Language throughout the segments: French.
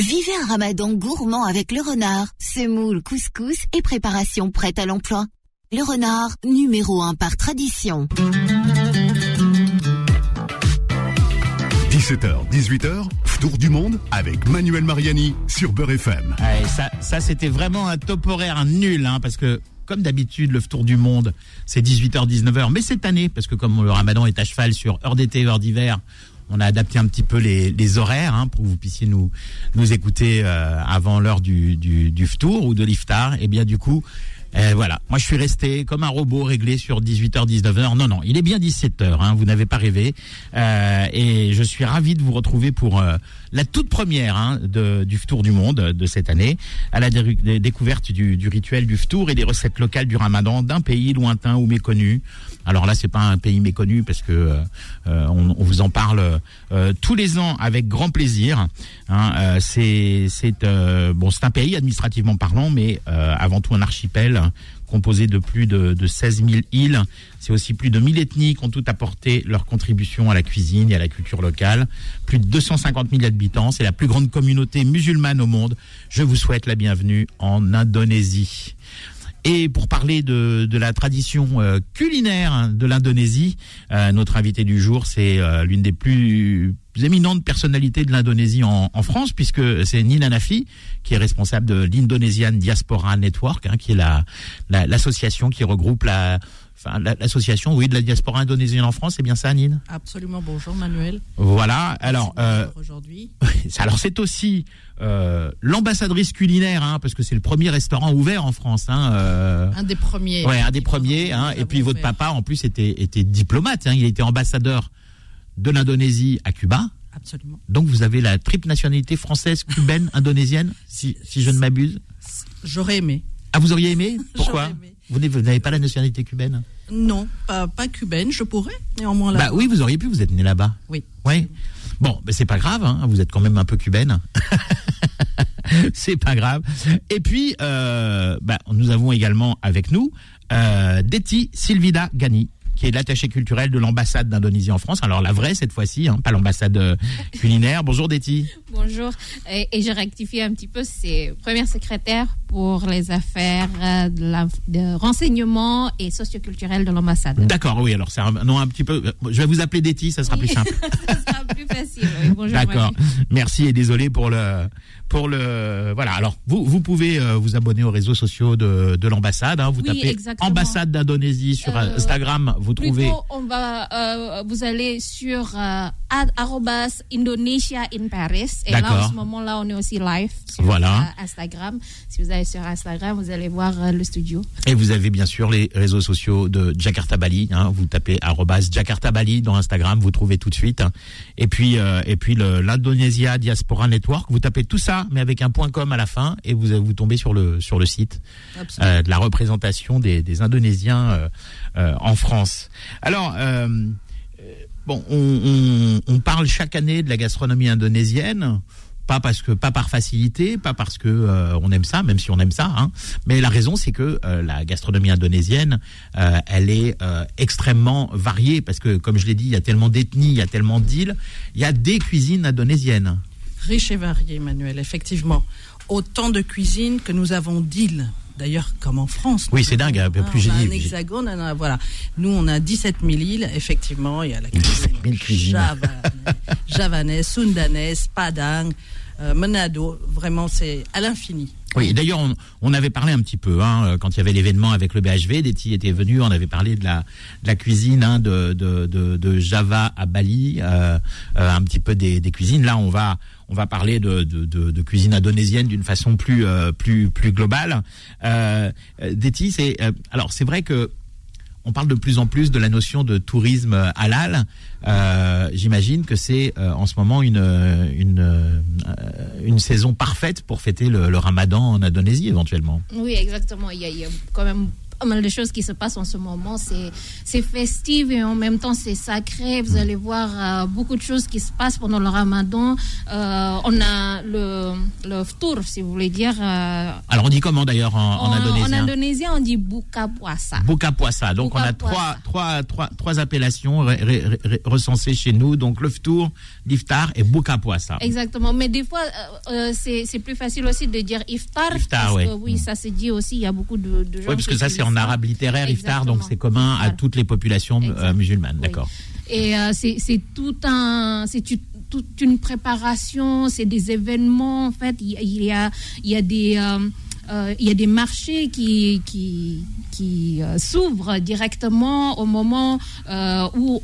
Vivez un ramadan gourmand avec le renard, semoule, couscous et préparation prête à l'emploi. Le renard, numéro 1 par tradition. 17h, 18h, Tour du Monde avec Manuel Mariani sur Beurre FM. Ouais, ça c'était vraiment un top horaire nul, parce que comme d'habitude, le Tour du Monde, c'est 18h, 19h. Mais cette année, parce que comme le ramadan est à cheval sur heure d'été, heure d'hiver, on a adapté un petit peu les horaires pour que vous puissiez nous écouter avant l'heure du Ftour ou de l'Iftar. Et bien du coup, voilà, moi je suis resté comme un robot réglé sur 18h, 19h. Non, il est bien 17h, vous n'avez pas rêvé. Et je suis ravi de vous retrouver pour la toute première du Ftour du Monde de cette année, à la découverte du rituel du Ftour et des recettes locales du Ramadan d'un pays lointain ou méconnu. Alors là, c'est pas un pays méconnu parce que on vous en parle tous les ans avec grand plaisir. C'est un pays administrativement parlant, mais avant tout un archipel composé de plus de 16 000 îles. C'est aussi plus de 1000 ethnies qui ont toutes apporté leur contribution à la cuisine et à la culture locale. Plus de 250 000 habitants. C'est la plus grande communauté musulmane au monde. Je vous souhaite la bienvenue en Indonésie. Et pour parler de la tradition culinaire de l'Indonésie, notre invité du jour, c'est l'une des plus éminentes personnalités de l'Indonésie en France, puisque c'est Nina Nafi, qui est responsable de l'Indonesian Diaspora Network, qui est l'association qui regroupe l'association de la diaspora indonésienne en France. C'est bien ça, Nina ? Absolument. Bonjour, Manuel. Voilà. Alors, aujourd'hui. Alors c'est aussi l'ambassadrice culinaire, parce que c'est le premier restaurant ouvert en France. Un des premiers. Ouais, un des premiers. Et puis votre papa, en plus, était diplomate. Il était ambassadeur de l'Indonésie à Cuba. Absolument. Donc vous avez la triple nationalité française, cubaine, indonésienne, si je ne m'abuse. J'aurais aimé. Ah, vous auriez aimé ? Pourquoi ? Vous n'avez pas la nationalité cubaine ? Non, pas cubaine. Je pourrais néanmoins là. Bah oui, vous auriez pu. Vous êtes né là-bas. Oui. Oui. Bon, c'est pas grave. Vous êtes quand même un peu cubaine. C'est pas grave. Et puis, nous avons également avec nous Deti Silvida Gani, qui est l'attaché culturel de l'ambassade d'Indonésie en France. Alors la vraie cette fois-ci, pas l'ambassade culinaire. Bonjour Deti. Bonjour. Et j'ai rectifié un petit peu, c'est première secrétaire pour les affaires de renseignement et socioculturel de l'ambassade. D'accord, oui. Alors c'est un nom un petit peu. Je vais vous appeler Deti, ça sera plus simple. Ça sera plus facile. Oui. Bonjour. D'accord. Merci et désolé pour le. Voilà. Alors vous pouvez vous abonner aux réseaux sociaux de l'ambassade. Vous tapez exactement. Ambassade d'Indonésie sur Instagram. Vous trouvez. Plutôt, vous allez sur @Indonesia in Paris. Et D'accord. là, en ce moment-là, on est aussi live sur Instagram. Si vous allez sur Instagram, vous allez voir le studio. Et vous avez bien sûr les réseaux sociaux de Jakarta Bali. Vous tapez @Jakarta Bali dans Instagram, vous trouvez tout de suite. Et puis l'Indonesia Diaspora Network. Vous tapez tout ça, mais avec un .com à la fin, et vous tombez sur le site de la représentation des Indonésiens en France. Alors, on parle chaque année de la gastronomie indonésienne, pas par facilité, pas parce que on aime ça, même si on aime ça, mais la raison c'est que la gastronomie indonésienne, elle est extrêmement variée, parce que comme je l'ai dit, il y a tellement d'ethnies, il y a tellement d'îles, il y a des cuisines indonésiennes. Riche et variée, Manuel, effectivement. Autant de cuisines que nous avons d'îles. D'ailleurs, comme en France. Oui, c'est dingue. On a un hexagone, voilà. Nous, on a 17 000 îles, effectivement. Il y a la cuisine javanaise, sundanaise, Padang, Manado. Vraiment, c'est à l'infini. Oui, d'ailleurs, on avait parlé un petit peu, quand il y avait l'événement avec le BHV, Deti était venu, on avait parlé de la cuisine, de Java à Bali, un petit peu des cuisines. Là, on va parler de cuisine indonésienne d'une façon plus globale. Deti, c'est vrai que on parle de plus en plus de la notion de tourisme halal. J'imagine que c'est en ce moment une saison parfaite pour fêter le Ramadan en Indonésie éventuellement. Oui, exactement. Il y a quand même pas mal de choses qui se passent en ce moment. C'est festif et en même temps c'est sacré. Vous allez voir beaucoup de choses qui se passent pendant le Ramadan. On a le ftour, si vous voulez dire. Alors on dit comment d'ailleurs en indonésien? En indonésien, on dit buka puasa. Buka puasa. Donc buka on a trois appellations recensées chez nous. Donc le ftour, l'iftar et buka puasa. Exactement. Mais des fois, c'est plus facile aussi de dire iftar. Iftar, parce que, ça se dit aussi. Il y a beaucoup de gens. Oui, parce que ça c'est en arabe littéraire, iftar, donc c'est commun à toutes les populations musulmanes. D'accord. Et c'est toute une préparation, c'est des événements en fait. Il y a des marchés qui s'ouvrent directement au moment où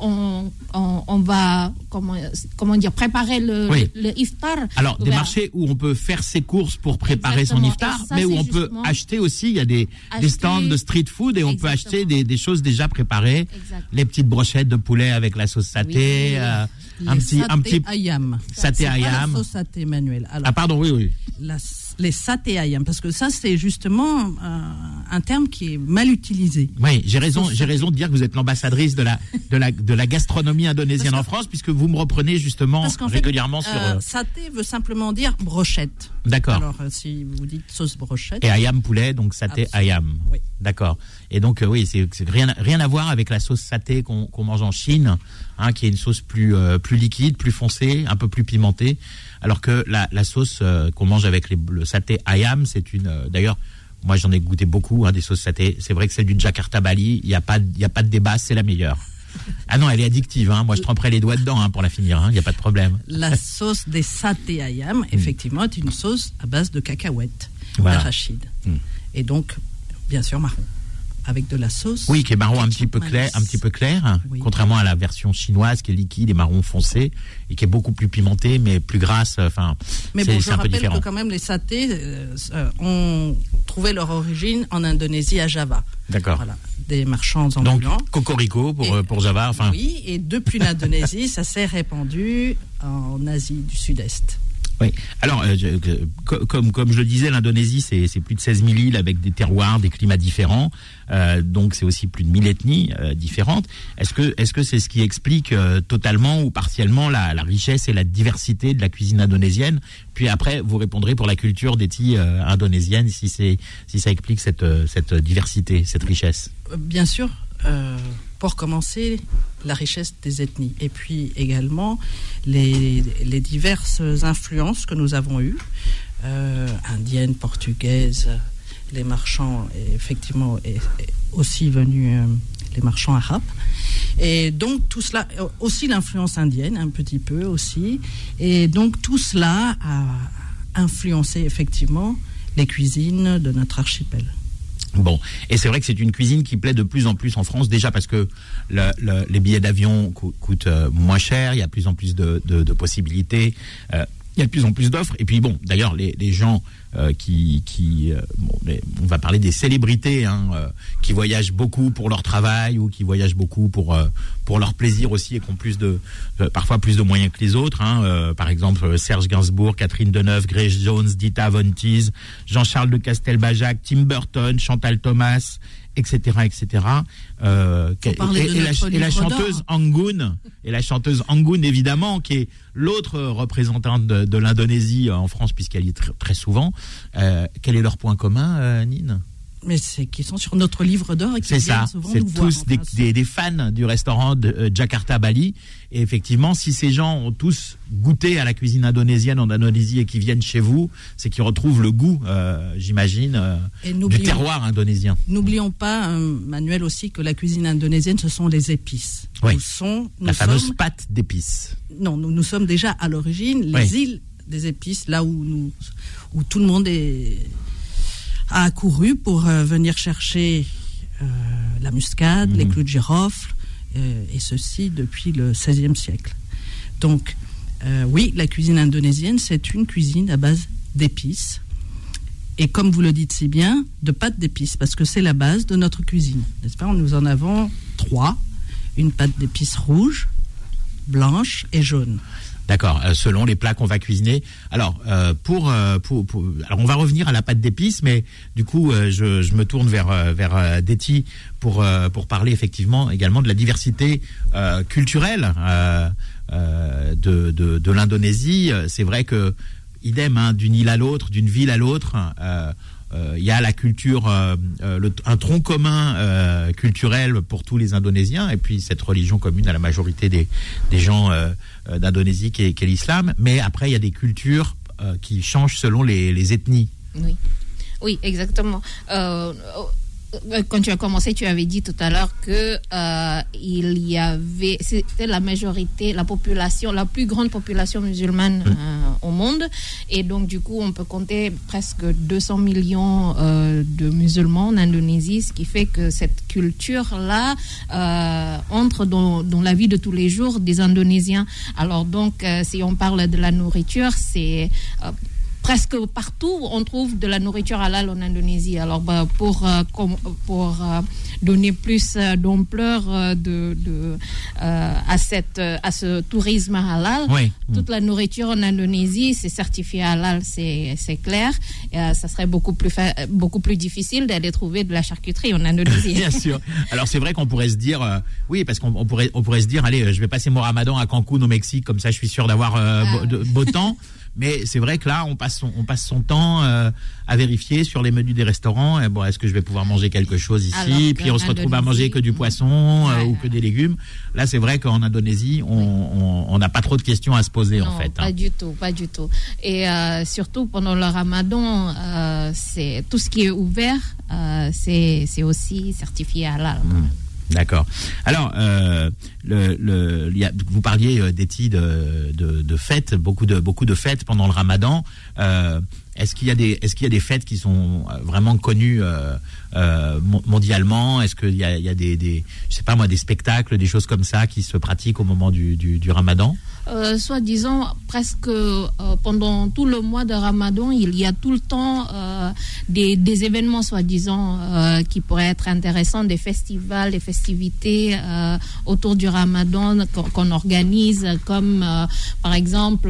on va comment dire préparer le iftar. Alors des marchés où on peut faire ses courses pour préparer son iftar, mais où on peut acheter aussi. Il y a des stands de street food et on peut acheter des choses déjà préparées. Les petites brochettes de poulet avec la sauce saté. Un petit ayam. Saté ayam. La sauce saté, Manuel. Alors, pardon, oui. Les saté ayam, parce que ça c'est justement un terme qui est mal utilisé. Oui, j'ai raison de dire que vous êtes l'ambassadrice de la gastronomie indonésienne en France, puisque vous me reprenez justement régulièrement sur. Saté veut simplement dire brochette. D'accord. Alors si vous dites sauce brochette. Et ayam poulet, donc saté ayam. Oui. D'accord. Et donc oui, c'est rien à voir avec la sauce saté qu'on mange en Chine, qui est une sauce plus liquide, plus foncée, un peu plus pimentée. Alors que la sauce qu'on mange avec le saté ayam, c'est une. D'ailleurs, moi j'en ai goûté beaucoup des sauces saté. C'est vrai que celle du Jakarta Bali, il y a pas de débat, c'est la meilleure. Ah non, elle est addictive. Moi je tremperai les doigts dedans pour la finir. Il y a pas de problème. La sauce des saté ayam, effectivement, est une sauce à base de cacahuètes, d'arachide, et donc bien sûr marron. Avec de la sauce. Oui, qui est marron un petit peu clair, oui. Contrairement à la version chinoise qui est liquide et marron foncé et qui est beaucoup plus pimentée mais plus grasse. Mais bon, je un peu rappelle différent. que quand même les satés ont trouvé leur origine en Indonésie à Java. D'accord. Voilà, des marchands ambulants. Donc cocorico pour Java. Oui, et depuis l'Indonésie, ça s'est répandu en Asie du Sud-Est. Oui. Alors, comme je le disais, l'Indonésie, c'est plus de 16 000 îles avec des terroirs, des climats différents. Donc, c'est aussi plus de 1000 ethnies différentes. Est-ce que c'est ce qui explique totalement ou partiellement la richesse et la diversité de la cuisine indonésienne? Puis après, vous répondrez pour la culture d'ethnie indonésienne, si ça explique cette diversité, cette richesse. Bien sûr. Pour commencer, la richesse des ethnies et puis également les diverses influences que nous avons eues, indiennes, portugaises, les marchands, effectivement, et aussi venus les marchands arabes. Et donc tout cela, aussi l'influence indienne un petit peu aussi, et donc tout cela a influencé effectivement les cuisines de notre archipel. Bon, et c'est vrai que c'est une cuisine qui plaît de plus en plus en France, déjà parce que les billets d'avion coûtent moins cher, il y a de plus en plus de possibilités, il y a de plus en plus d'offres, et puis bon, d'ailleurs les gens on va parler des célébrités qui voyagent beaucoup pour leur travail ou qui voyagent beaucoup pour leur plaisir aussi et qui ont parfois plus de moyens que les autres. Par exemple, Serge Gainsbourg, Catherine Deneuve, Grace Jones, Dita Von Teese, Jean-Charles de Castelbajac, Tim Burton, Chantal Thomas, etc. Et la chanteuse Anggun, évidemment, qui est l'autre représentante de l'Indonésie en France, puisqu'elle y est très souvent. Quel est leur point commun, Nine? Mais c'est qu'ils sont sur notre livre d'or et qu'ils viennent souvent nous voir. C'est tous des fans du restaurant de Jakarta Bali. Et effectivement, si ces gens ont tous goûté à la cuisine indonésienne en Indonésie et qui viennent chez vous, c'est qu'ils retrouvent le goût, j'imagine, du terroir indonésien. N'oublions pas, Manuel, aussi que la cuisine indonésienne, ce sont les épices. Oui. La fameuse pâte d'épices. Non, nous sommes déjà à l'origine les îles des épices, là où tout le monde a accouru pour venir chercher la muscade, les clous de girofle, et ceci depuis le XVIe siècle. Donc, oui, la cuisine indonésienne, c'est une cuisine à base d'épices. Et comme vous le dites si bien, de pâte d'épices, parce que c'est la base de notre cuisine. N'est-ce pas? Nous en avons 3. Une pâte d'épices rouge, blanche et jaune. D'accord, selon les plats qu'on va cuisiner. Alors, alors on va revenir à la pâte d'épices, mais du coup, je me tourne vers Deti pour parler effectivement également de la diversité culturelle de l'Indonésie. C'est vrai que idem, hein, d'une île à l'autre, d'une ville à l'autre. Il y a la culture, un tronc commun culturel pour tous les Indonésiens, et puis cette religion commune à la majorité des gens d'Indonésie qui est l'islam. Mais après, il y a des cultures qui changent selon les ethnies. Oui, exactement. Quand tu as commencé, tu avais dit tout à l'heure que c'était la majorité, la population, la plus grande population musulmane au monde, et donc du coup on peut compter presque 200 millions de musulmans en Indonésie, ce qui fait que cette culture-là entre dans la vie de tous les jours des Indonésiens. Alors donc si on parle de la nourriture, c'est presque partout, on trouve de la nourriture halal en Indonésie. Alors, pour donner plus d'ampleur à ce tourisme halal, toute la nourriture en Indonésie, c'est certifié halal, c'est clair. Ça serait beaucoup plus difficile d'aller trouver de la charcuterie en Indonésie. Bien sûr. Alors, c'est vrai qu'on pourrait se dire, oui, parce qu'on pourrait se dire, allez, je vais passer mon ramadan à Cancun, au Mexique, comme ça, je suis sûr d'avoir beau temps. Mais c'est vrai que là, on passe son temps à vérifier sur les menus des restaurants. Et bon, est-ce que je vais pouvoir manger quelque chose ici? Puis on se retrouve à manger que du poisson ou que des légumes. Là, c'est vrai qu'en Indonésie, on n'a pas trop de questions à se poser, non, en fait. Pas du tout. Et surtout pendant le Ramadan, c'est tout ce qui est ouvert, c'est aussi certifié halal. D'accord. Alors, vous parliez, Deti, de fêtes, beaucoup de fêtes pendant le Ramadan. Est-ce qu'il y a des fêtes qui sont vraiment connues mondialement? Est-ce qu'il y a des je sais pas moi, des spectacles, des choses comme ça qui se pratiquent au moment du Ramadan? Soi-disant, presque pendant tout le mois de Ramadan, il y a tout le temps des événements, soi-disant, qui pourraient être intéressants, des festivals, des festivités autour du Ramadan qu'on organise, comme par exemple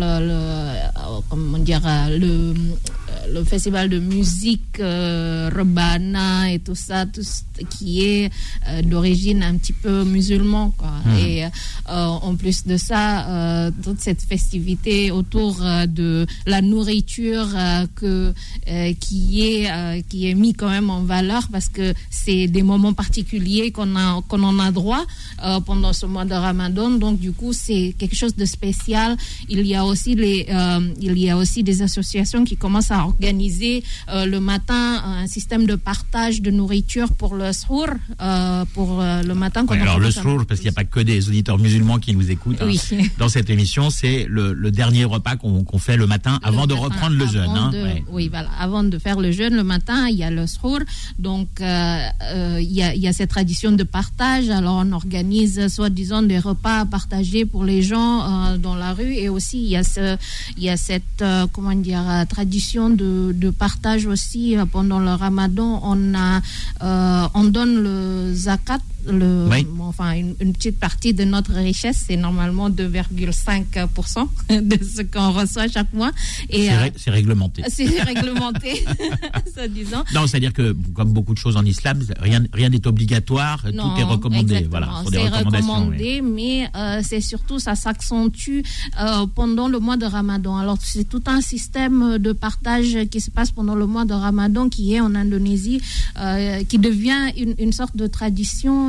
le festival de musique Rebana et tout ça, tout ce qui est d'origine un petit peu musulman, quoi. Et en plus de ça, toute cette festivité autour de la nourriture qui est mis quand même en valeur, parce que c'est des moments particuliers qu'on en a droit pendant ce mois de Ramadan. Donc du coup, c'est quelque chose de spécial. Il y a aussi des associations qui commencent à organiser le matin un système de partage de nourriture pour le shour, pour le matin. Alors le shour, parce qu'il n'y a pas que des auditeurs musulmans qui nous écoutent. Oui. Dans cette émission, c'est le dernier repas qu'on fait le matin avant de reprendre le jeûne. Oui, voilà. Avant de faire le jeûne le matin, il y a le shour. Donc, il y a cette tradition de partage. Alors, on organise soi-disant des repas partagés pour les gens dans la rue. Et aussi, il y a cette tradition de partage aussi pendant le Ramadan. On donne le zakat. Une petite partie de notre richesse, c'est normalement 2,5% de ce qu'on reçoit chaque mois. Et c'est réglementé. C'est réglementé, soi-disant. Non, c'est-à-dire que, comme beaucoup de choses en islam, rien n'est obligatoire, tout est recommandé. Exactement. Voilà, c'est recommandé, mais c'est surtout, ça s'accentue pendant le mois de Ramadan. Alors, c'est tout un système de partage qui se passe pendant le mois de Ramadan, qui est en Indonésie, qui devient une sorte de tradition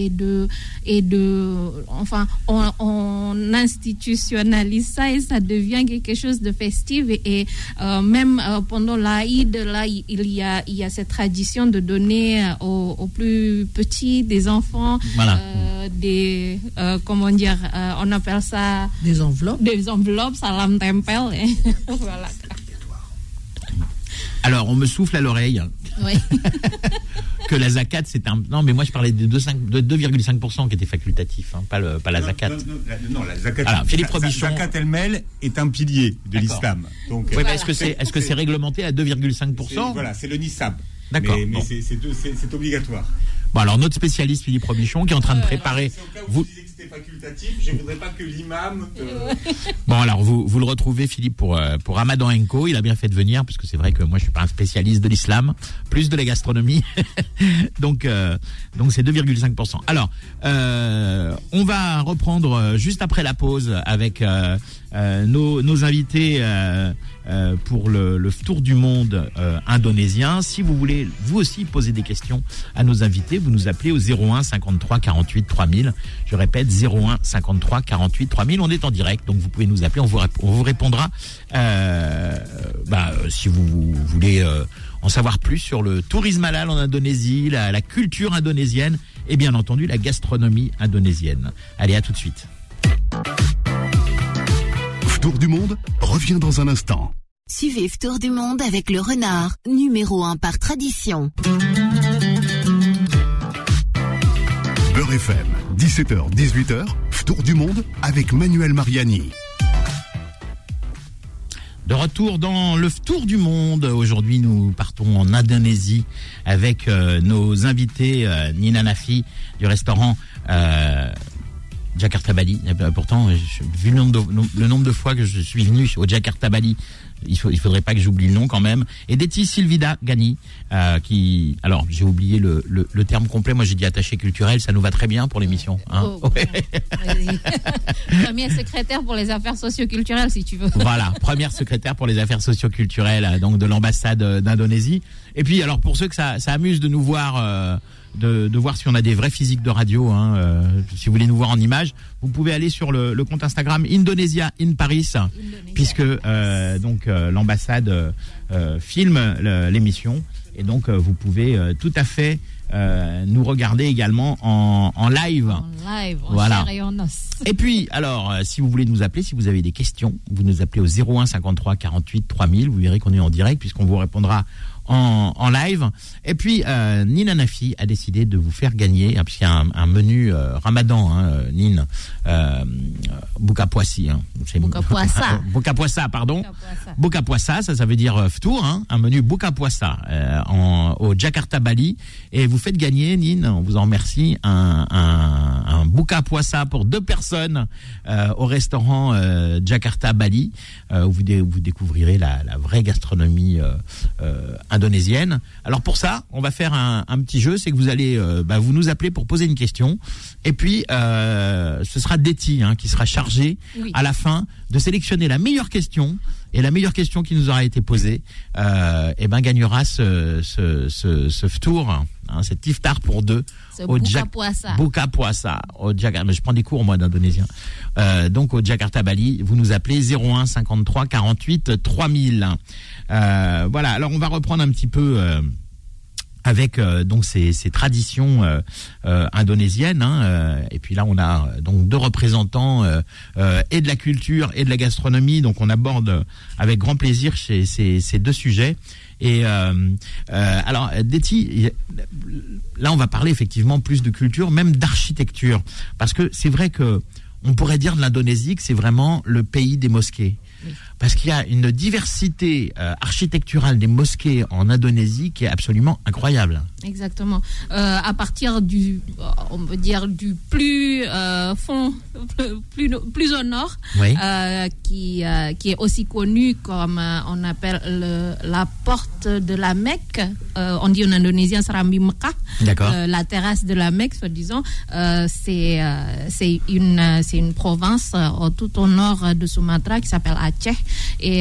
on institutionnalise ça et ça devient quelque chose de festif, et même pendant l'Aïd, là, il y a cette tradition de donner aux plus petits, des enfants, voilà. On appelle ça des enveloppes, salam tempel. Voilà. Alors, on me souffle à l'oreille. Oui. Que la zakat, non, mais moi je parlais de 2,5% qui était facultatif, pas la zakat. Non, la zakat. Alors, Philippe Robichon. La zakat elle-même est un pilier de l'islam. Donc, oui, mais est-ce que c'est réglementé à 2,5%? Voilà, c'est le nisab. D'accord. Mais c'est obligatoire. Bon, alors notre spécialiste Philippe Robichon qui est en train de préparer. Vous disiez que c'était facultatif, je ne voudrais pas que l'imam. Bon, alors vous le retrouvez, Philippe, pour Ramadan & Co. Il a bien fait de venir, parce que c'est vrai que moi je suis pas un spécialiste de l'islam, plus de la gastronomie. donc c'est 2,5%. Alors, on va reprendre juste après la pause avec nos invités pour le tour du monde indonésien. Si vous voulez vous aussi poser des questions à nos invités, vous nous appelez au 01 53 48 3000. Je répète, 01 53 48 3000. On est en direct, donc vous pouvez nous appeler, on vous répondra si vous voulez en savoir plus sur le tourisme halal en Indonésie, la culture indonésienne et bien entendu la gastronomie indonésienne. Allez, à tout de suite. Tour du monde revient dans un instant. Suivez Tour du monde avec le renard, numéro 1 par tradition. Beurre FM, 17h, 18h, Tour du monde avec Manuel Mariani. De retour dans le tour du monde. Aujourd'hui, nous partons en Indonésie avec nos invités, Nina Nafi du restaurant Jakarta Bali. Pourtant, vu le nombre de fois que je suis venu au Jakarta Bali, il faudrait pas que j'oublie le nom quand même. Et Deti Silvida Gani, qui, alors j'ai oublié le terme complet. Moi j'ai dit attaché culturel, ça nous va très bien pour l'émission. Hein. Première secrétaire pour les affaires socioculturelles, si tu veux. Voilà, première secrétaire pour les affaires socioculturelles donc de l'ambassade d'Indonésie. Et puis alors pour ceux que ça amuse de nous voir. De voir si on a des vrais physiques de radio, si vous voulez nous voir en image, vous pouvez aller sur le compte Instagram Indonesia in Paris, puisque l'ambassade filme l'émission, et donc vous pouvez tout à fait nous regarder également en live. En live, voilà. En chair et en os. Et puis, alors, si vous voulez nous appeler, si vous avez des questions, vous nous appelez au 01 53 48 3000. Vous verrez qu'on est en direct puisqu'on vous répondra en live. Et puis, Nina Nafi a décidé de vous faire gagner, puisqu'il y a un menu Ramadan, Nina, Buka Puasi. Buka Puasa. Buka Puasa, pardon. Buka Puasa, ça veut dire ftour, un menu Buka Puasa au Jakarta Bali. Et vous faites gagner, Nina, on vous en remercie, un Buka Puasa pour 2 personnes au restaurant Jakarta Bali. Vous découvrirez la vraie gastronomie indonésienne. Alors pour ça, on va faire un petit jeu, c'est que vous allez vous nous appeler pour poser une question, et puis ce sera Deti qui sera chargé à la fin de sélectionner la meilleure question, et la meilleure question qui nous aura été posée gagnera ce ftour, cet iftar pour 2 au Buka Puasa au Jakarta. Mais je prends des cours moi d'indonésien. Donc au Jakarta Bali, vous nous appelez 01 53 48 3000. Voilà, alors on va reprendre un petit peu avec donc ces traditions indonésiennes, et puis là on a donc 2 représentants et de la culture et de la gastronomie, donc on aborde avec grand plaisir ces 2 sujets. Et alors Deti, là on va parler effectivement plus de culture, même d'architecture, parce que c'est vrai que on pourrait dire de l'Indonésie que c'est vraiment le pays des mosquées. Parce qu'il y a une diversité architecturale des mosquées en Indonésie qui est absolument incroyable. Exactement. À partir du plus fond, plus au nord, qui est aussi connu comme on appelle la porte de la Mecque. On dit en indonésien Serambi Mekah. D'accord. La terrasse de la Mecque, soi-disant. C'est une province tout au nord de Sumatra qui s'appelle Aceh. Et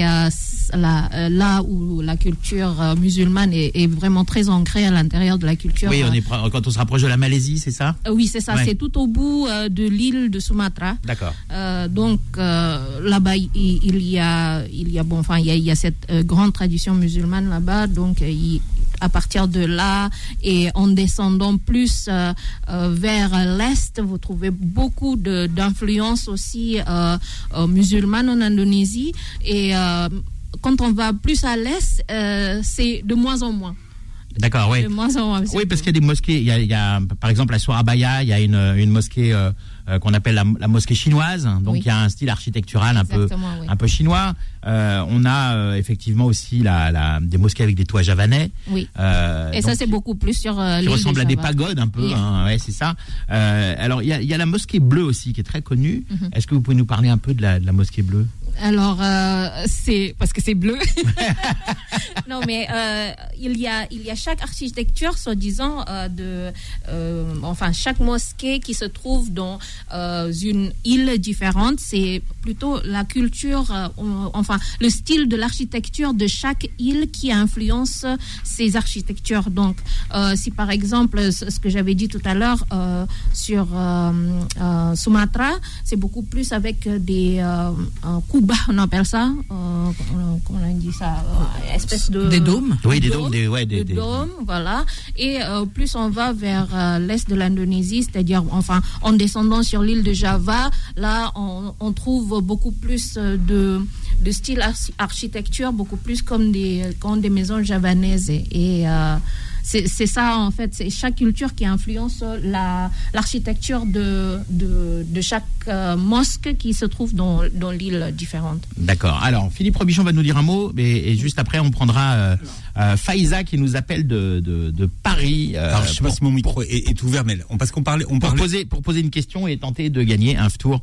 là où la culture musulmane est vraiment très ancrée à l'intérieur de la culture. Oui, quand on se rapproche de la Malaisie, c'est ça ? Oui, c'est ça. Ouais. C'est tout au bout de l'île de Sumatra. D'accord. Donc là-bas, il y a cette grande tradition musulmane là-bas. Donc à partir de là et en descendant plus vers l'est, vous trouvez beaucoup d'influences aussi musulmanes en Indonésie. Et quand on va plus à l'est, c'est de moins en moins. D'accord, oui. De moins en moins. Oui, parce qu'il y a des mosquées. Il y a par exemple, à Surabaya, il y a une mosquée qu'on appelle la mosquée chinoise. Donc, il y a un style architectural un peu chinois. On a effectivement aussi des mosquées avec des toits javanais. Oui. Et ça, c'est beaucoup plus sur l'île qui ressemble à des Java. pagodes un peu. Ouais, c'est ça. Alors, il y a la mosquée bleue aussi, qui est très connue. Est-ce que vous pouvez nous parler un peu de la mosquée bleue? Alors, c'est parce que c'est bleu. Non, mais il y a chaque architecture, soi-disant, chaque mosquée qui se trouve dans une île différente. C'est plutôt la culture, le style de l'architecture de chaque île qui influence ces architectures. Donc, si par exemple, ce que j'avais dit tout à l'heure sur Sumatra, c'est beaucoup plus avec des Cuba, on appelle ça, comment on dit ça, espèce de... Des dômes. Oui, des dômes. Des dômes, voilà. Et plus on va vers l'est de l'Indonésie, c'est-à-dire, en descendant sur l'île de Java, là, on trouve beaucoup plus de style architecture, beaucoup plus comme des maisons javanaises. Et c'est ça, en fait, c'est chaque culture qui influence l'architecture de chaque mosquée qui se trouve dans l'île différente. D'accord. Alors, Philippe Robichon va nous dire un mot, et juste après, on prendra Faiza qui nous appelle de Paris. Alors, je ne sais pas si mon micro est ouvert, mais parce qu'on parlait... Pour poser une question et tenter de gagner un tour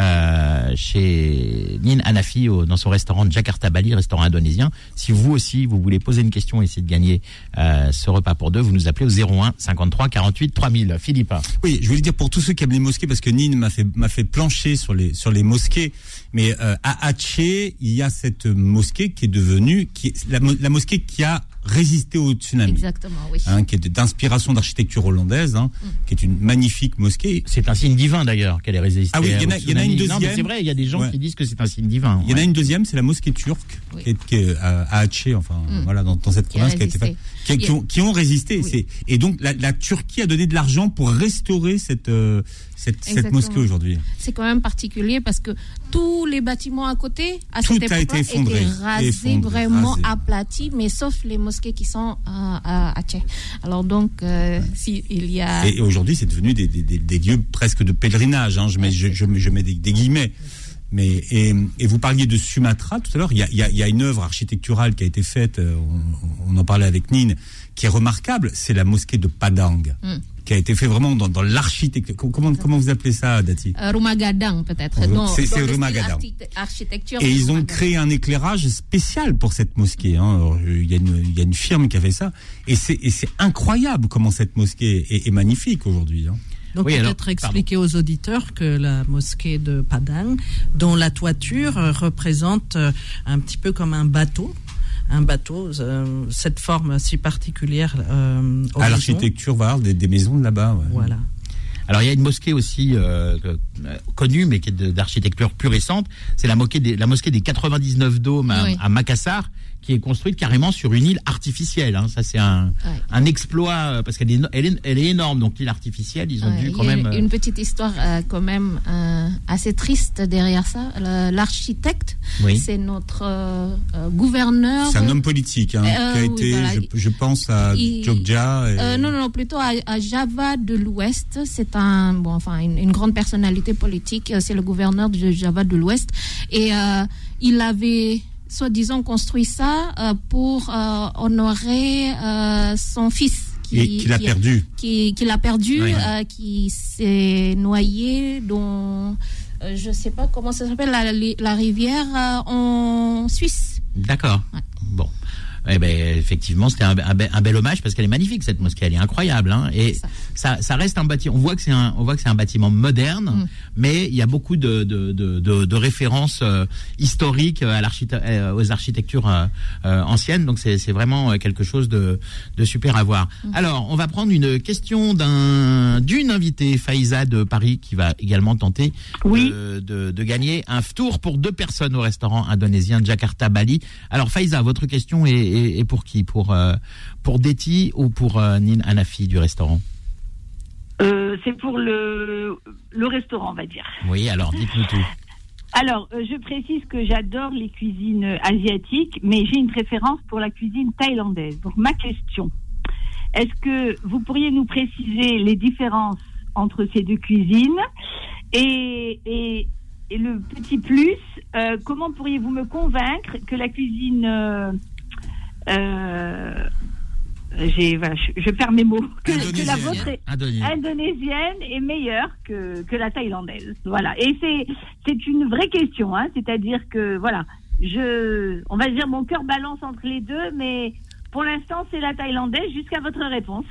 chez Nin Hanafi dans son restaurant de Jakarta Bali, restaurant indonésien. Si vous aussi, vous voulez poser une question et essayer de gagner ce repas pour deux, vous nous appelez au 01 53 48 3000. Philippe. Oui, je voulais dire pour tous ceux qui aiment les mosquées, parce que Nin m'a fait plancher sur les mosquées, mais à Aceh, il y a cette mosquée qui est devenue la mosquée qui a résisté au tsunami. Exactement, oui. Qui est d'inspiration d'architecture hollandaise, qui est une magnifique mosquée. C'est un signe divin d'ailleurs qu'elle ait résisté. Ah oui, il y en a une deuxième. Non, mais c'est vrai, il y a des gens qui disent que c'est un signe divin. Il y en a une deuxième, c'est la mosquée turque, qui est à Aceh, voilà, dans cette province qui a été faite, qui ont résisté. Et donc la Turquie a donné de l'argent pour restaurer cette mosquée aujourd'hui. C'est quand même particulier parce que tous les bâtiments à côté, à tout cette époque-là, a été effondré, aplatis, mais sauf les mosquées qui sont à Aceh. Alors donc, il y a... Et aujourd'hui, c'est devenu des lieux presque de pèlerinage. Je mets des guillemets. Mais et vous parliez de Sumatra tout à l'heure. Il y a une œuvre architecturale qui a été faite. On en parlait avec Nin, qui est remarquable. C'est la mosquée de Padang, qui a été fait vraiment dans l'architecture. Comment vous appelez ça, Dati? Rumah Gadang, peut-être. C'est Rumah Gadang. Architecture. Et ils ont créé un éclairage spécial pour cette mosquée. Il y a une firme qui a fait ça. Et c'est incroyable comment cette mosquée est magnifique aujourd'hui. Donc peut-être expliquer aux auditeurs que la mosquée de Padang, dont la toiture représente un petit peu comme un bateau, cette forme si particulière à l'architecture, voilà, des maisons de là-bas. Ouais. Voilà. Alors il y a une mosquée aussi connue, mais qui est d'architecture plus récente. C'est la mosquée des 99 dômes à Makassar, qui est construite carrément sur une île artificielle. Ça c'est un exploit parce qu'elle est énorme. Donc l'île artificielle, ils ont dû quand même. Une petite histoire quand même assez triste derrière ça. L'architecte, c'est notre gouverneur. C'est un homme politique qui a été, voilà. je pense à Jogja. Non, plutôt à Java de l'Ouest. C'est une grande personnalité politique. C'est le gouverneur de Java de l'Ouest et il avait soi-disant construit ça pour honorer son fils qu'il a perdu, qui s'est noyé dans je sais pas comment ça s'appelle la rivière en Suisse. D'accord. Ouais. Bon. Eh ben, effectivement, c'était un bel hommage parce qu'elle est magnifique, cette mosquée, elle est incroyable, et ça reste un bâtiment. On voit que c'est un bâtiment moderne, mais il y a beaucoup de références historiques aux architectures anciennes. Donc c'est vraiment quelque chose de super à voir. Alors, on va prendre une question d'une invitée, Faiza de Paris, qui va également tenter de gagner un tour pour 2 personnes au restaurant indonésien Jakarta Bali. Alors, Faiza, votre question est pour qui? Pour Deti ou pour Nin Hanafi du restaurant? C'est pour le restaurant, on va dire. Oui, alors dites-nous tout. Alors, je précise que j'adore les cuisines asiatiques, mais j'ai une préférence pour la cuisine thaïlandaise. Donc, ma question, Est-ce que vous pourriez nous préciser les différences entre ces deux cuisines et le petit plus, comment pourriez-vous me convaincre que la cuisine je perds mes mots, que la vôtre est indonésienne est meilleure que la thaïlandaise. Voilà. Et c'est une vraie question, hein. C'est-à-dire que voilà, on va dire mon cœur balance entre les deux, mais pour l'instant c'est la thaïlandaise jusqu'à votre réponse.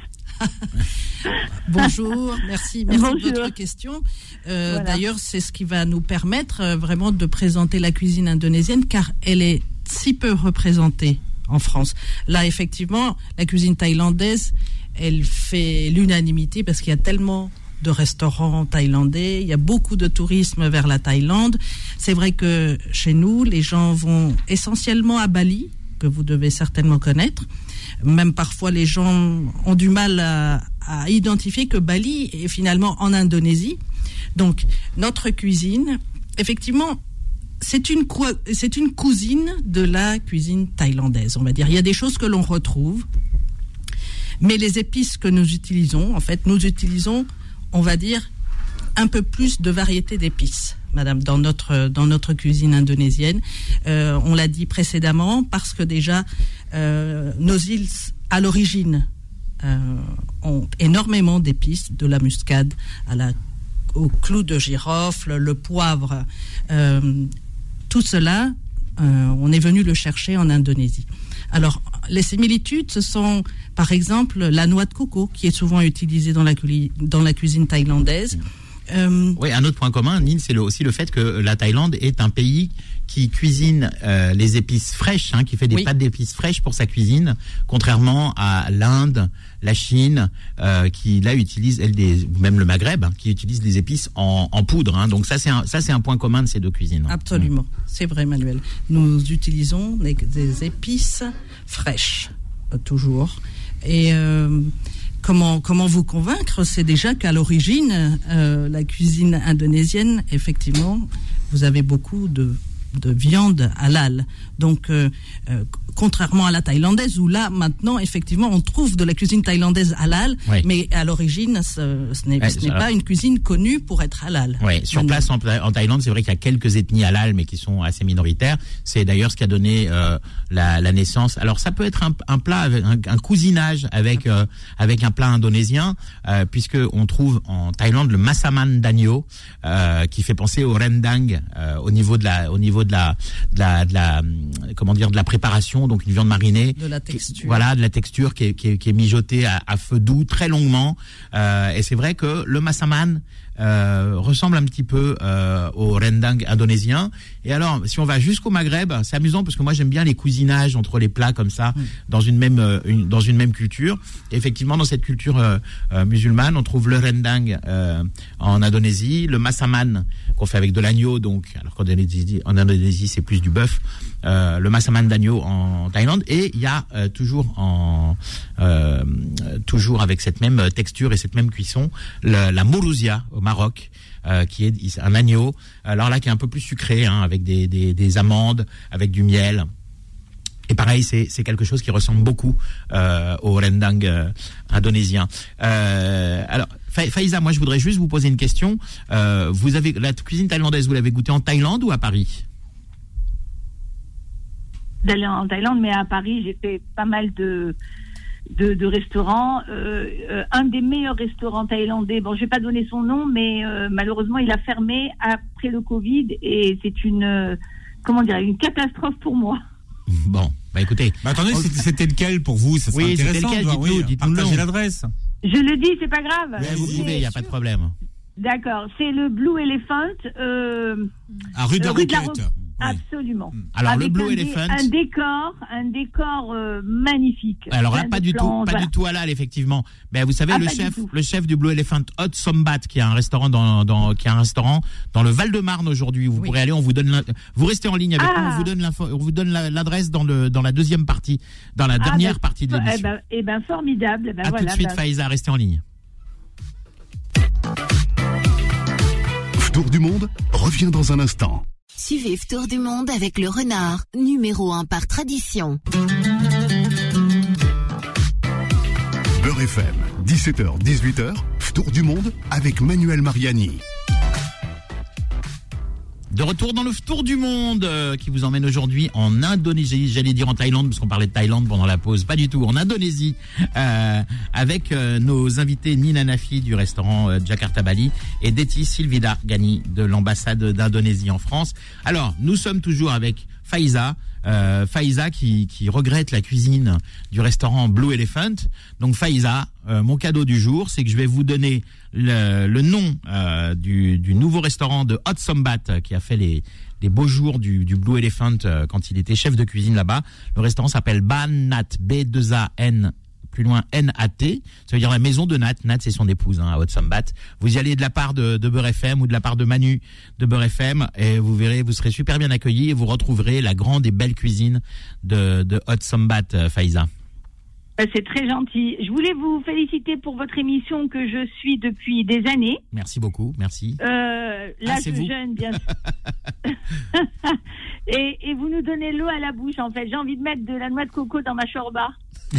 Bonjour, merci de votre question. Voilà. D'ailleurs, c'est ce qui va nous permettre vraiment de présenter la cuisine indonésienne, car elle est si peu représentée en France. Là, effectivement, la cuisine thaïlandaise, elle fait l'unanimité parce qu'il y a tellement de restaurants thaïlandais, il y a beaucoup de tourisme vers la Thaïlande. C'est vrai que chez nous, les gens vont essentiellement à Bali, que vous devez certainement connaître. Même parfois, les gens ont du mal à identifier que Bali est finalement en Indonésie. Donc, notre cuisine, effectivement, c'est une cousine de la cuisine thaïlandaise, on va dire. Il y a des choses que l'on retrouve, mais les épices que nous utilisons, en fait, nous utilisons, on va dire, un peu plus de variété d'épices, madame, dans notre cuisine indonésienne. On l'a dit précédemment, parce que déjà, nos îles, à l'origine, ont énormément d'épices, de la muscade au clou de girofle, le poivre, tout cela, on est venu le chercher en Indonésie. Alors, les similitudes, ce sont, par exemple, la noix de coco, qui est souvent utilisée dans la cuisine thaïlandaise. Oui, un autre point commun, Nine, c'est aussi le fait que la Thaïlande est un pays qui cuisine les épices fraîches, qui fait des pâtes d'épices fraîches pour sa cuisine, contrairement à l'Inde, la Chine, qui là utilise même le Maghreb, qui utilise des épices en poudre. Donc ça c'est un point commun de ces deux cuisines. Absolument, c'est vrai, Manuel. Nous utilisons des épices fraîches toujours. Et comment vous convaincre? C'est déjà qu'à l'origine, la cuisine indonésienne, effectivement, vous avez beaucoup de viande halal. Donc, contrairement à la thaïlandaise, où là, maintenant, effectivement, on trouve de la cuisine thaïlandaise halal, mais à l'origine, ce n'est pas une cuisine connue pour être halal. Oui, sur place, en Thaïlande, c'est vrai qu'il y a quelques ethnies halal, mais qui sont assez minoritaires. C'est d'ailleurs ce qui a donné la naissance. Alors, ça peut être un plat, un cousinage avec un plat indonésien, puisque on trouve en Thaïlande le masaman d'agneau, qui fait penser au rendang, au niveau de la préparation, donc une viande marinée, de la texture, de la texture qui est mijotée à feu doux très longuement, et c'est vrai que le masaman ressemble un petit peu au rendang indonésien. Et alors, si on va jusqu'au Maghreb, c'est amusant parce que moi j'aime bien les cousinages entre les plats comme ça, dans une même culture. Et effectivement, dans cette culture musulmane, on trouve le rendang en Indonésie, le masaman qu'on fait avec de l'agneau, donc alors qu'en Indonésie c'est plus du bœuf, le masaman d'agneau en Thaïlande, et il y a toujours avec cette même texture et cette même cuisson, la mourousia au Maroc, qui est un agneau, alors là qui est un peu plus sucré, avec des amandes, avec du miel. Et pareil, c'est quelque chose qui ressemble beaucoup au rendang indonésien. Alors, Faiza, moi je voudrais juste vous poser une question. Vous avez la cuisine thaïlandaise, vous l'avez goûtée en Thaïlande ou à Paris? D'aller en Thaïlande, mais à Paris, j'ai fait pas mal de restaurants. Un des meilleurs restaurants thaïlandais, bon, je vais pas donner son nom, mais malheureusement, il a fermé après le Covid, et c'est une catastrophe pour moi. Bon, écoutez. Attendez, c'était lequel pour vous? Ça serait intéressant. C'était lequel? Dites-nous partagez l'adresse. Je le dis, c'est pas grave. Vous pouvez, il n'y a pas de problème. D'accord, c'est le Blue Elephant. À rue de la Roquette. Absolument. Alors avec le Blue Elephant, un décor magnifique. Alors là, pas du tout halal, effectivement. Mais vous savez, le chef du Blue Elephant, Hot Sombat, qui a un restaurant dans le Val-de-Marne aujourd'hui. Vous pourrez aller. On vous donne. Vous restez en ligne avec nous. On vous donne l'adresse dans la deuxième partie, dans la dernière partie de l'émission. Formidable. À tout de suite, Faiza, restez en ligne. Tour du monde revient dans un instant. Suivez Tour du monde avec le renard, numéro 1 par tradition. Beurre FM, 17h, 18h, Tour du Monde avec Manuel Mariani. De retour dans le Tour du Monde qui vous emmène aujourd'hui en Indonésie. J'allais dire en Thaïlande parce qu'on parlait de Thaïlande pendant la pause. Pas du tout, en Indonésie. Avec nos invités Nina Nafi du restaurant Jakarta Bali et Deti Silvida Gani de l'ambassade d'Indonésie en France. Alors, nous sommes toujours avec Faiza. Faiza qui regrette la cuisine du restaurant Blue Elephant. Donc Faiza, mon cadeau du jour, c'est que je vais vous donner le nom du nouveau restaurant de Hot Sombat qui a fait les beaux jours du Blue Elephant quand il était chef de cuisine là-bas. Le restaurant s'appelle Ban Nat, B2AN, plus loin N-A-T, ça veut dire la maison de Nat. Nat, c'est son épouse, à Hot Sombat. Vous y allez de la part de Beurre FM ou de la part de Manu de Beurre FM et vous verrez, vous serez super bien accueillis et vous retrouverez la grande et belle cuisine de Hot Sombat, Faiza. C'est très gentil. Je voulais vous féliciter pour votre émission que je suis depuis des années. Merci beaucoup, merci. Là, je jeûne, bien sûr. et vous nous donnez l'eau à la bouche, en fait. J'ai envie de mettre de la noix de coco dans ma shorba.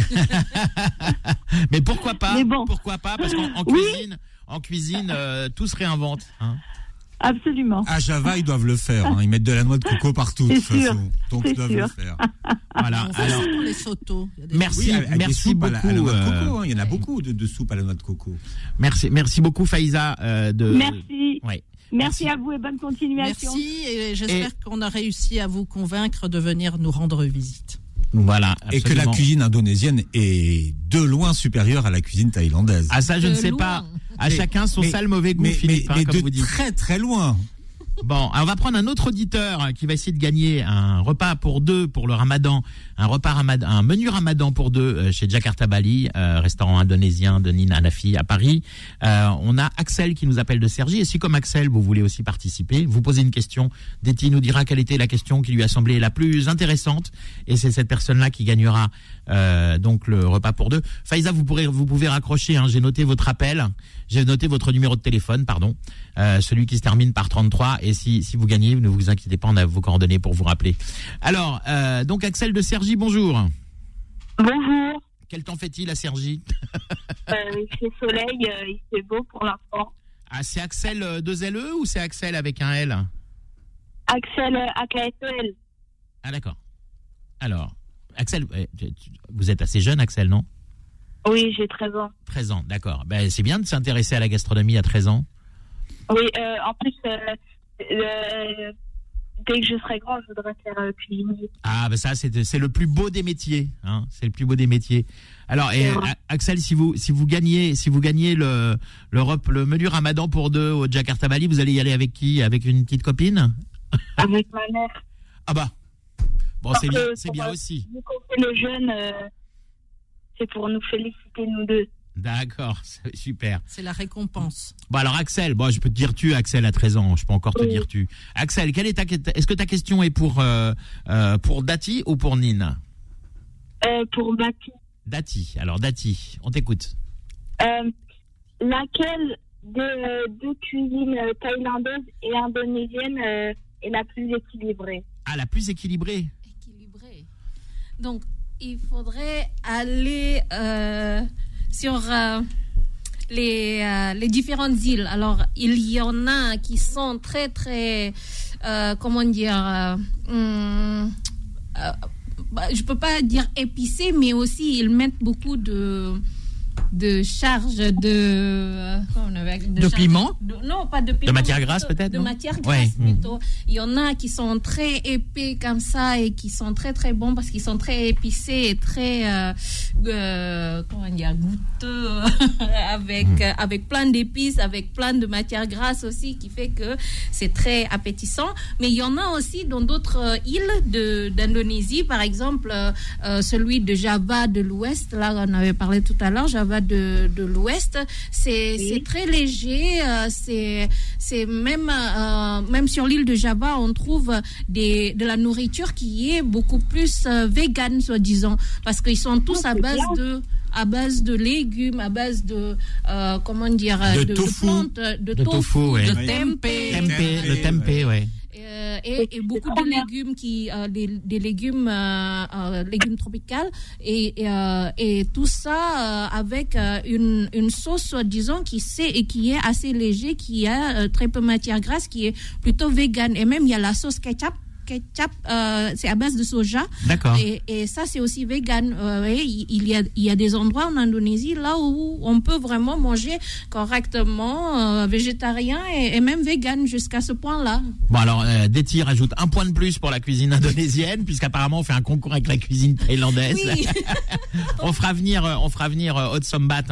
Mais pourquoi pas? Mais bon. Pourquoi pas? Parce qu'en cuisine, tout se réinvente. Absolument. À Java, ils doivent le faire. Ils mettent de la noix de coco partout, de toute façon. Donc, ils doivent le faire. Voilà. Alors, pour les sotos. Merci, merci beaucoup. À la noix de coco, il y en a beaucoup de soupes à la noix de coco. Merci beaucoup, Faiza. Merci. Ouais. Merci à vous et bonne continuation. Merci et j'espère qu'on a réussi à vous convaincre de venir nous rendre visite. Voilà, absolument. Et que la cuisine indonésienne est de loin supérieure à la cuisine thaïlandaise. Ah ça, je ne sais pas. À chacun son sale mauvais goût, Philippe, mais comme de vous dites. Très très loin. Bon, alors on va prendre un autre auditeur qui va essayer de gagner un repas pour deux pour le Ramadan, un menu Ramadan pour deux chez Jakarta Bali, restaurant indonésien de Nina Nafi à Paris. On a Axel qui nous appelle de Cergy. Et si comme Axel, vous voulez aussi participer, vous posez une question, Deti nous dira quelle était la question qui lui a semblé la plus intéressante. Et c'est cette personne-là qui gagnera donc le repas pour deux. Faiza, vous pouvez raccrocher. J'ai noté votre appel, j'ai noté votre numéro de téléphone, celui qui se termine par 33. Et si vous gagnez, ne vous inquiétez pas, on a vos coordonnées pour vous rappeler. Alors, donc Axel de Cergy, bonjour. Bonjour. Quel temps fait-il à Cergy? Il fait soleil, il fait beau pour l'instant. Ah, c'est Axel 2LE ou c'est Axel avec un L? Axel AKSL. Ah d'accord. Alors, Axel, vous êtes assez jeune, Axel, non? Oui, j'ai 13 ans. 13 ans, d'accord. C'est bien de s'intéresser à la gastronomie à 13 ans. Oui, en plus, dès que je serai grand, je voudrais faire cuisinier. Ah, ça, c'est le plus beau des métiers. C'est le plus beau des métiers. Alors, Axel, si vous gagnez le menu Ramadan pour deux au Jakarta Bali, vous allez y aller avec qui? Avec une petite copine? Avec ma mère. Ah bah. Bon, c'est bien aussi. Vu qu'on fait le jeûne, c'est pour nous féliciter, nous deux. D'accord, c'est super. C'est la récompense. Bon alors Axel, je peux te dire tu, Axel à 13 ans, je peux encore te dire tu. Axel, est-ce que ta question est pour Dati ou pour Nina? Pour Dati. Dati, alors Dati, on t'écoute. Laquelle des deux cuisines thaïlandaises et indonésiennes est la plus équilibrée? Ah, la plus équilibrée. Équilibrée. Donc, il faudrait aller sur les différentes îles. Alors, il y en a qui sont très, très, je peux pas dire épicés, mais aussi ils mettent beaucoup de charge de piment? Non, pas de piment. De matière grasse peut-être? De matière grasse plutôt. Il y en a qui sont très épais comme ça et qui sont très très bons parce qu'ils sont très épicés et très goûteux avec plein d'épices, avec plein de matière grasse aussi qui fait que c'est très appétissant. Mais il y en a aussi dans d'autres îles d'Indonésie, par exemple celui de Java de l'Ouest, là on avait parlé tout à l'heure, Java de l'Ouest, c'est très léger, c'est même sur l'île de Java on trouve de la nourriture qui est beaucoup plus vegan, soi-disant, parce qu'ils sont tous à base de légumes, à base de de tofu, plantes, de tofu, ouais. de tempeh, le tempeh, ouais. et beaucoup de légumes des légumes tropicaux et tout ça avec une sauce, disons, qui est assez léger, qui a très peu de matière grasse, qui est plutôt vegan. Et même il y a la sauce ketchup, c'est à base de soja. D'accord. Et ça, c'est aussi vegan. Il y a des endroits en Indonésie là où on peut vraiment manger correctement végétarien et même vegan jusqu'à ce point-là. Bon, alors, Deti rajoute un point de plus pour la cuisine indonésienne, puisqu'apparemment on fait un concours avec la cuisine thaïlandaise. Oui. on fera venir Hot Sombat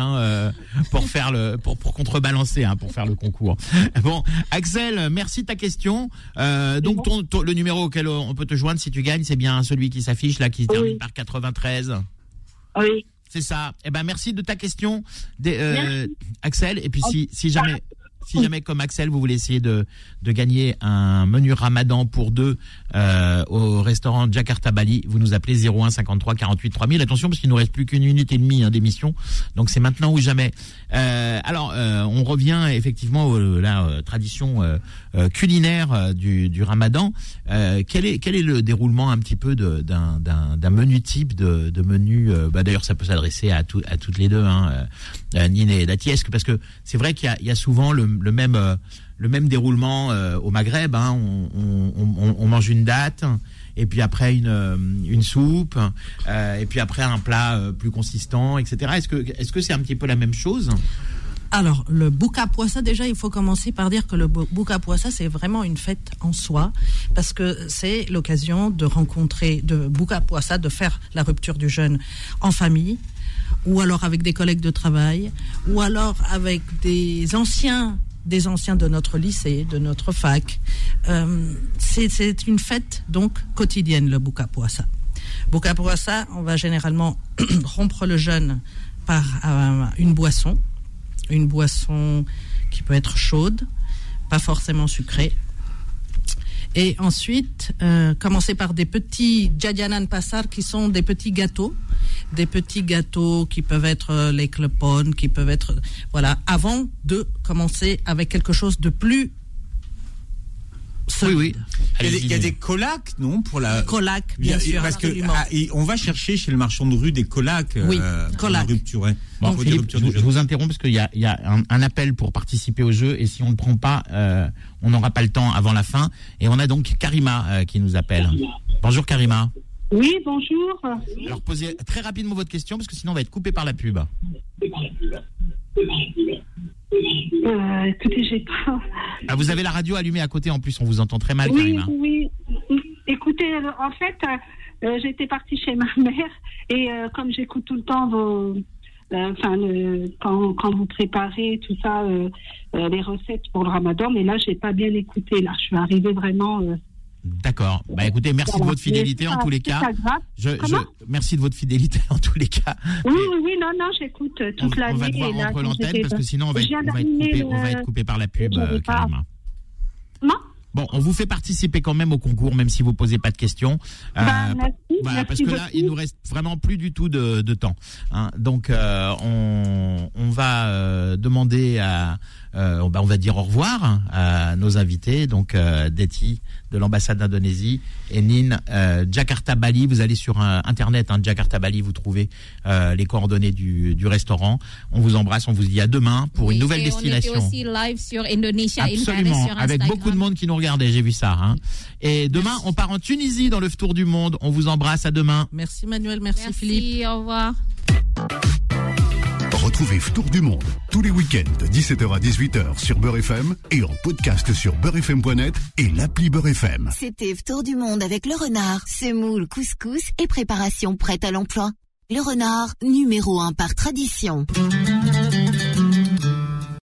pour contrebalancer, pour faire le concours. Bon, Axel, merci de ta question. Donc le numéro auquel on peut te joindre si tu gagnes, c'est bien celui qui s'affiche là, qui se termine par 93. Oui. C'est ça. Eh ben merci de ta question, Axel. Et puis si jamais comme Axel vous voulez essayer de gagner un menu Ramadan pour deux au restaurant Jakarta Bali, vous nous appelez 01 53 48 3000. Attention parce qu'il nous reste plus qu'une minute et demie d'émission, donc c'est maintenant ou jamais. Alors on revient effectivement à la tradition culinaire du Ramadan. Quel est le déroulement un petit peu d'un menu type de menu d'ailleurs ça peut s'adresser à toutes les deux, Nine et Dati, parce que c'est vrai qu'il y a souvent le même déroulement au Maghreb. On mange une date et puis après une soupe et puis après un plat plus consistant, etc. Est-ce que c'est un petit peu la même chose? Alors, le Buka Puasa, déjà, il faut commencer par dire que le Buka Puasa, c'est vraiment une fête en soi, parce que c'est l'occasion de rencontrer, de Buka Puasa, de faire la rupture du jeûne en famille, ou alors avec des collègues de travail, ou alors avec des anciens de notre lycée, de notre fac. C'est une fête, donc, quotidienne, le Buka Puasa. Buka Puasa, on va généralement rompre le jeûne par une boisson qui peut être chaude, pas forcément sucrée. Et ensuite, commencer par des petits jadianan pasar qui sont des petits gâteaux qui peuvent être les klepon, qui peuvent être, voilà, avant de commencer avec quelque chose de plus solide. Oui. Il y a des colacs, non, pour la colacs, bien sûr, parce absolument. que on va chercher chez le marchand de rue des colacs. Oui, colacs. Rupture. Ouais. Bon, Philippe, je vous interromps parce qu'il y a un appel pour participer au jeu et si on ne le prend pas, on n'aura pas le temps avant la fin. Et on a donc Karima qui nous appelle. Bonjour Karima. Oui, bonjour. Alors posez très rapidement votre question parce que sinon on va être coupé par la pub. Écoutez, j'ai pas... vous avez la radio allumée à côté en plus, on vous entend très mal, Karima. Oui. Écoutez, en fait, j'étais partie chez ma mère et comme j'écoute tout le temps quand vous préparez tout ça, les recettes pour le Ramadan, mais là, j'ai pas bien écouté. Là, je suis arrivée vraiment... D'accord. Écoutez, merci de votre fidélité en tous les cas. Merci de votre fidélité en tous les cas. Oui, non, j'écoute toute l'année. On va devoir rendre l'antenne parce que sinon on va être coupé par la pub, Karima. Non. Bon, on vous fait participer quand même au concours, même si vous posez pas de questions. Merci parce que là, il nous reste vraiment plus du tout de temps. Donc, on va demander on va dire au revoir à nos invités. Donc, Deti de l'ambassade d'Indonésie et Nine, Jakarta Bali. Vous allez sur Internet, Jakarta Bali, vous trouvez les coordonnées du restaurant. On vous embrasse, on vous dit à demain pour une nouvelle destination. On était aussi live sur Indonesia. Absolument, sur avec beaucoup de monde qui nous regardait, j'ai vu ça. Et demain, on part en Tunisie dans le tour du monde. On vous embrasse, à demain. Merci Manuel, merci Philippe. Au revoir. Retrouvez Tour du Monde tous les week-ends de 17h à 18h sur Beurre FM et en podcast sur beurrefm.net et l'appli Beurre FM. C'était Tour du Monde avec le renard, semoule, couscous et préparation prête à l'emploi. Le renard, numéro 1 par tradition.